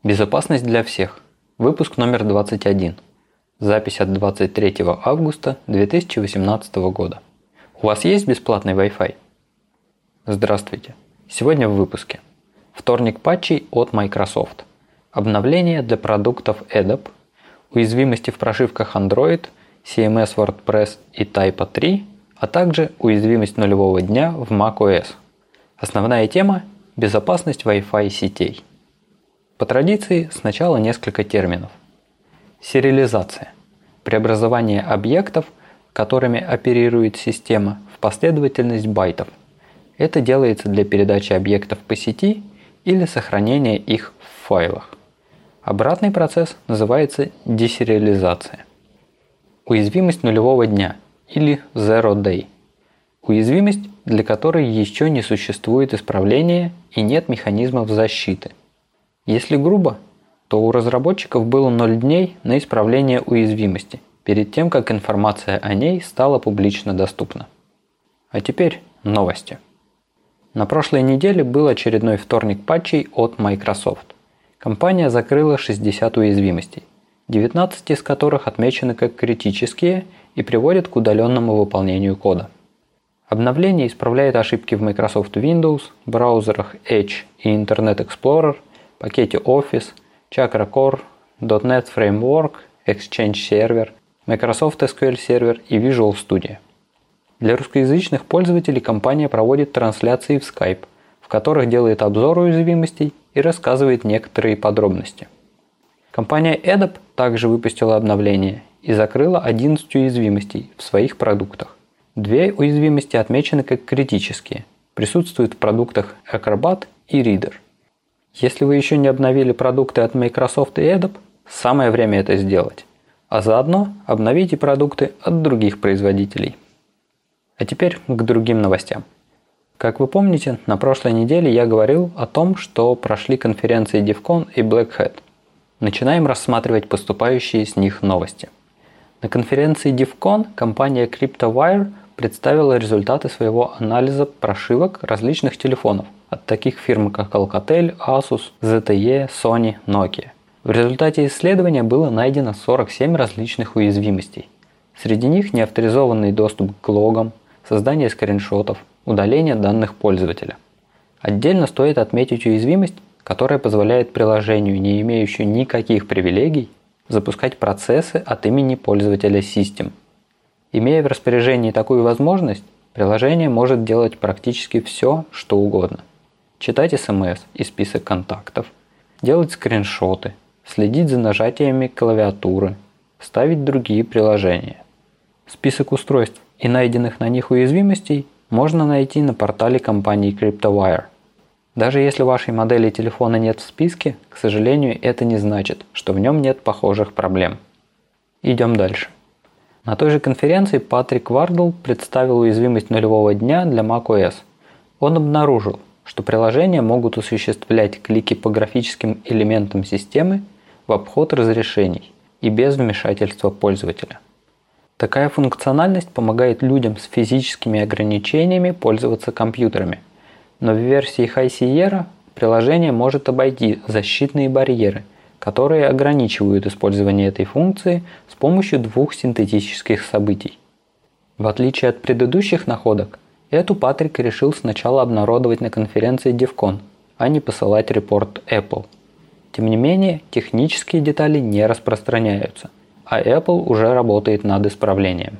Безопасность для всех. Выпуск номер 21. Запись от 23 августа 2018 года. У вас есть бесплатный Wi-Fi? Здравствуйте. Сегодня в выпуске. Вторник патчей от Microsoft. Обновления для продуктов Adobe. Уязвимости в прошивках Android, CMS WordPress и Typo 3, а также уязвимость нулевого дня в macOS. Основная тема – безопасность Wi-Fi сетей. По традиции сначала несколько терминов. Сериализация – преобразование объектов, которыми оперирует система, в последовательность байтов. Это делается для передачи объектов по сети или сохранения их в файлах. Обратный процесс называется десериализация. Уязвимость нулевого дня или Zero Day. Уязвимость, для которой еще не существует исправления и нет механизмов защиты. Если грубо, то у разработчиков было 0 дней на исправление уязвимости, перед тем, как информация о ней стала публично доступна. А теперь новости. На прошлой неделе был очередной вторник патчей от Microsoft. Компания закрыла 60 уязвимостей, 19 из которых отмечены как критические и приводят к удаленному выполнению кода. Обновление исправляет ошибки в Microsoft Windows, браузерах Edge и Internet Explorer, пакете Office, Chakra Core, .NET Framework, Exchange Server, Microsoft SQL Server и Visual Studio. Для русскоязычных пользователей компания проводит трансляции в Skype, в которых делает обзор уязвимостей и рассказывает некоторые подробности. Компания Adobe также выпустила обновление и закрыла 11 уязвимостей в своих продуктах. 2 уязвимости отмечены как критические, присутствуют в продуктах Acrobat и Reader. Если вы еще не обновили продукты от Microsoft и Adobe, самое время это сделать. А заодно обновите продукты от других производителей. А теперь к другим новостям. Как вы помните, на прошлой неделе я говорил о том, что прошли конференции DevCon и Black Hat. Начинаем рассматривать поступающие с них новости. На конференции DevCon компания CryptoWire представила результаты своего анализа прошивок различных телефонов от таких фирм, как Alcatel, Asus, ZTE, Sony, Nokia. В результате исследования было найдено 47 различных уязвимостей. Среди них неавторизованный доступ к логам, создание скриншотов, удаление данных пользователя. Отдельно стоит отметить уязвимость, которая позволяет приложению, не имеющему никаких привилегий, запускать процессы от имени пользователя System. Имея в распоряжении такую возможность, приложение может делать практически все, что угодно. Читать СМС и список контактов, делать скриншоты, следить за нажатиями клавиатуры, ставить другие приложения. Список устройств и найденных на них уязвимостей можно найти на портале компании CryptoWire. Даже если вашей модели телефона нет в списке, к сожалению, это не значит, что в нем нет похожих проблем. Идем дальше. На той же конференции Патрик Вардл представил уязвимость нулевого дня для macOS. Он обнаружил, что приложения могут осуществлять клики по графическим элементам системы в обход разрешений и без вмешательства пользователя. Такая функциональность помогает людям с физическими ограничениями пользоваться компьютерами, но в версии High Sierra приложение может обойти защитные барьеры, которые ограничивают использование этой функции с помощью 2 синтетических событий. В отличие от предыдущих находок, эту Патрик решил сначала обнародовать на конференции DevCon, а не посылать репорт Apple. Тем не менее, технические детали не распространяются, а Apple уже работает над исправлением.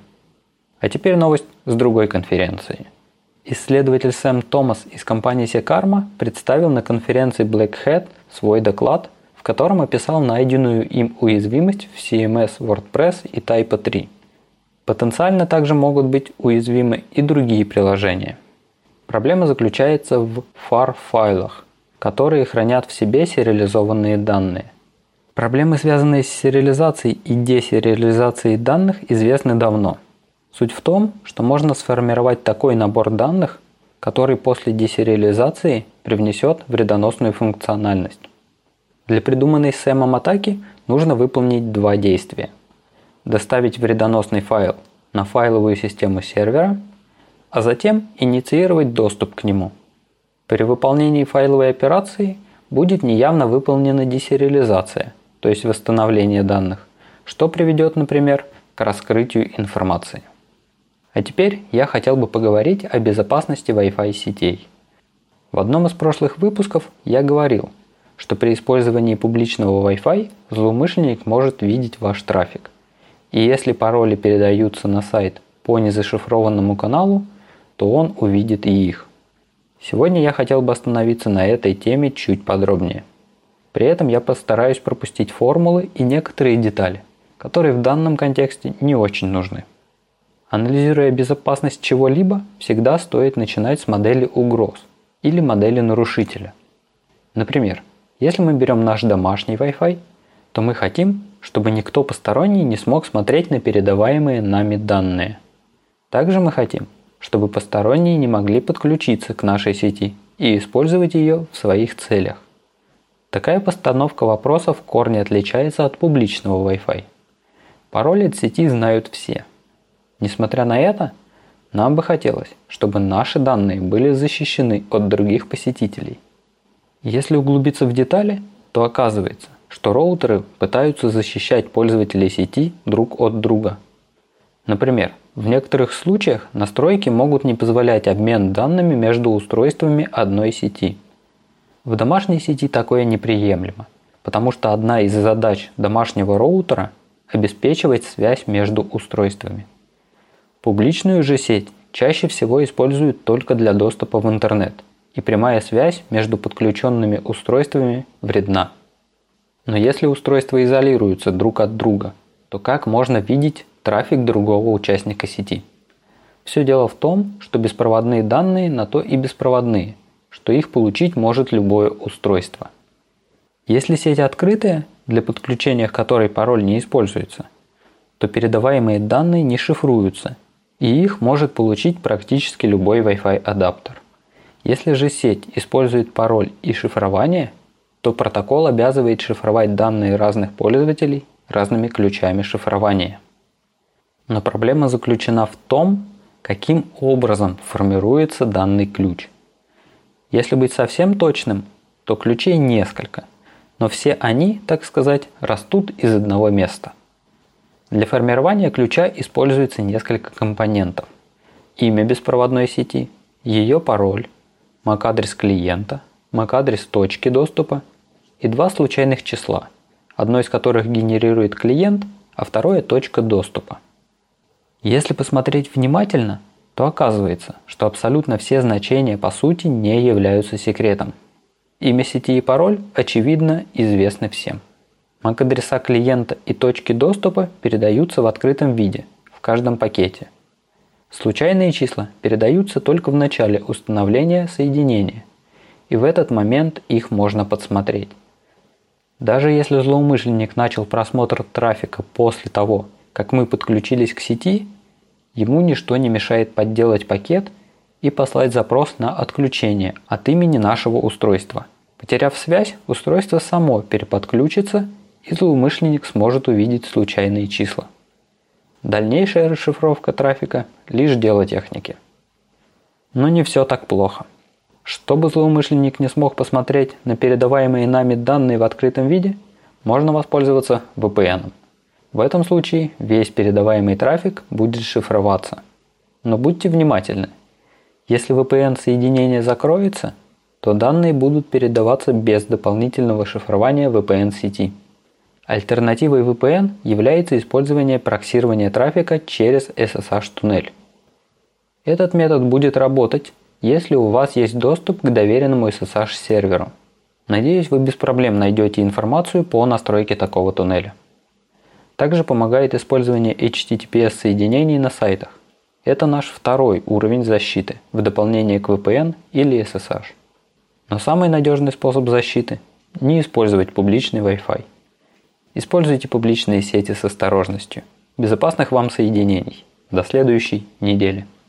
А теперь новость с другой конференции. Исследователь Сэм Томас из компании Sekarma представил на конференции Black Hat свой доклад, в котором описал найденную им уязвимость в CMS WordPress и Typo 3. Потенциально также могут быть уязвимы и другие приложения. Проблема заключается в FAR-файлах, которые хранят в себе сериализованные данные. Проблемы, связанные с сериализацией и десериализацией данных, известны давно. Суть в том, что можно сформировать такой набор данных, который после десериализации привнесет вредоносную функциональность. Для придуманной Сэмом атаки нужно выполнить 2 действия. Доставить вредоносный файл на файловую систему сервера, а затем инициировать доступ к нему. При выполнении файловой операции будет неявно выполнена десериализация, то есть восстановление данных, что приведет, например, к раскрытию информации. А теперь я хотел бы поговорить о безопасности Wi-Fi сетей. В одном из прошлых выпусков я говорил, что при использовании публичного Wi-Fi злоумышленник может видеть ваш трафик. И если пароли передаются на сайт по незашифрованному каналу, то он увидит и их. Сегодня я хотел бы остановиться на этой теме чуть подробнее. При этом я постараюсь пропустить формулы и некоторые детали, которые в данном контексте не очень нужны. Анализируя безопасность чего-либо, всегда стоит начинать с модели угроз или модели нарушителя. Например, если мы берем наш домашний Wi-Fi, то мы хотим, чтобы никто посторонний не смог смотреть на передаваемые нами данные. Также мы хотим, чтобы посторонние не могли подключиться к нашей сети и использовать ее в своих целях. Такая постановка вопроса в корне отличается от публичного Wi-Fi. Пароли от сети знают все. Несмотря на это, нам бы хотелось, чтобы наши данные были защищены от других посетителей. Если углубиться в детали, то оказывается, что роутеры пытаются защищать пользователей сети друг от друга. Например, в некоторых случаях настройки могут не позволять обмен данными между устройствами одной сети. В домашней сети такое неприемлемо, потому что одна из задач домашнего роутера – обеспечивать связь между устройствами. Публичную же сеть чаще всего используют только для доступа в интернет, и прямая связь между подключенными устройствами вредна. Но если устройства изолируются друг от друга, то как можно видеть трафик другого участника сети? Все дело в том, что беспроводные данные на то и беспроводные, что их получить может любое устройство. Если сеть открытая, для подключения к которой пароль не используется, то передаваемые данные не шифруются, и их может получить практически любой Wi-Fi адаптер. Если же сеть использует пароль и шифрование, то протокол обязывает шифровать данные разных пользователей разными ключами шифрования. Но проблема заключена в том, каким образом формируется данный ключ. Если быть совсем точным, то ключей несколько, но все они, так сказать, растут из одного места. Для формирования ключа используется несколько компонентов. Имя беспроводной сети, ее пароль, MAC-адрес клиента, MAC-адрес точки доступа и два случайных числа, одно из которых генерирует клиент, а второе – точка доступа. Если посмотреть внимательно, то оказывается, что абсолютно все значения по сути не являются секретом. Имя сети и пароль, очевидно, известны всем. MAC-адреса клиента и точки доступа передаются в открытом виде, в каждом пакете. Случайные числа передаются только в начале установления соединения, и в этот момент их можно подсмотреть. Даже если злоумышленник начал просмотр трафика после того, как мы подключились к сети, ему ничто не мешает подделать пакет и послать запрос на отключение от имени нашего устройства. Потеряв связь, устройство само переподключится, и злоумышленник сможет увидеть случайные числа. Дальнейшая расшифровка трафика – лишь дело техники. Но не все так плохо. Чтобы злоумышленник не смог посмотреть на передаваемые нами данные в открытом виде, можно воспользоваться VPN. В этом случае весь передаваемый трафик будет шифроваться. Но будьте внимательны. Если VPN-соединение закроется, то данные будут передаваться без дополнительного шифрования VPN-сети. Альтернативой VPN является использование проксирования трафика через SSH-туннель. Этот метод будет работать, если у вас есть доступ к доверенному SSH-серверу. Надеюсь, вы без проблем найдете информацию по настройке такого туннеля. Также помогает использование HTTPS-соединений на сайтах. Это наш второй уровень защиты, в дополнение к VPN или SSH. Но самый надежный способ защиты – не использовать публичный Wi-Fi. Используйте публичные сети с осторожностью. Безопасных вам соединений. До следующей недели.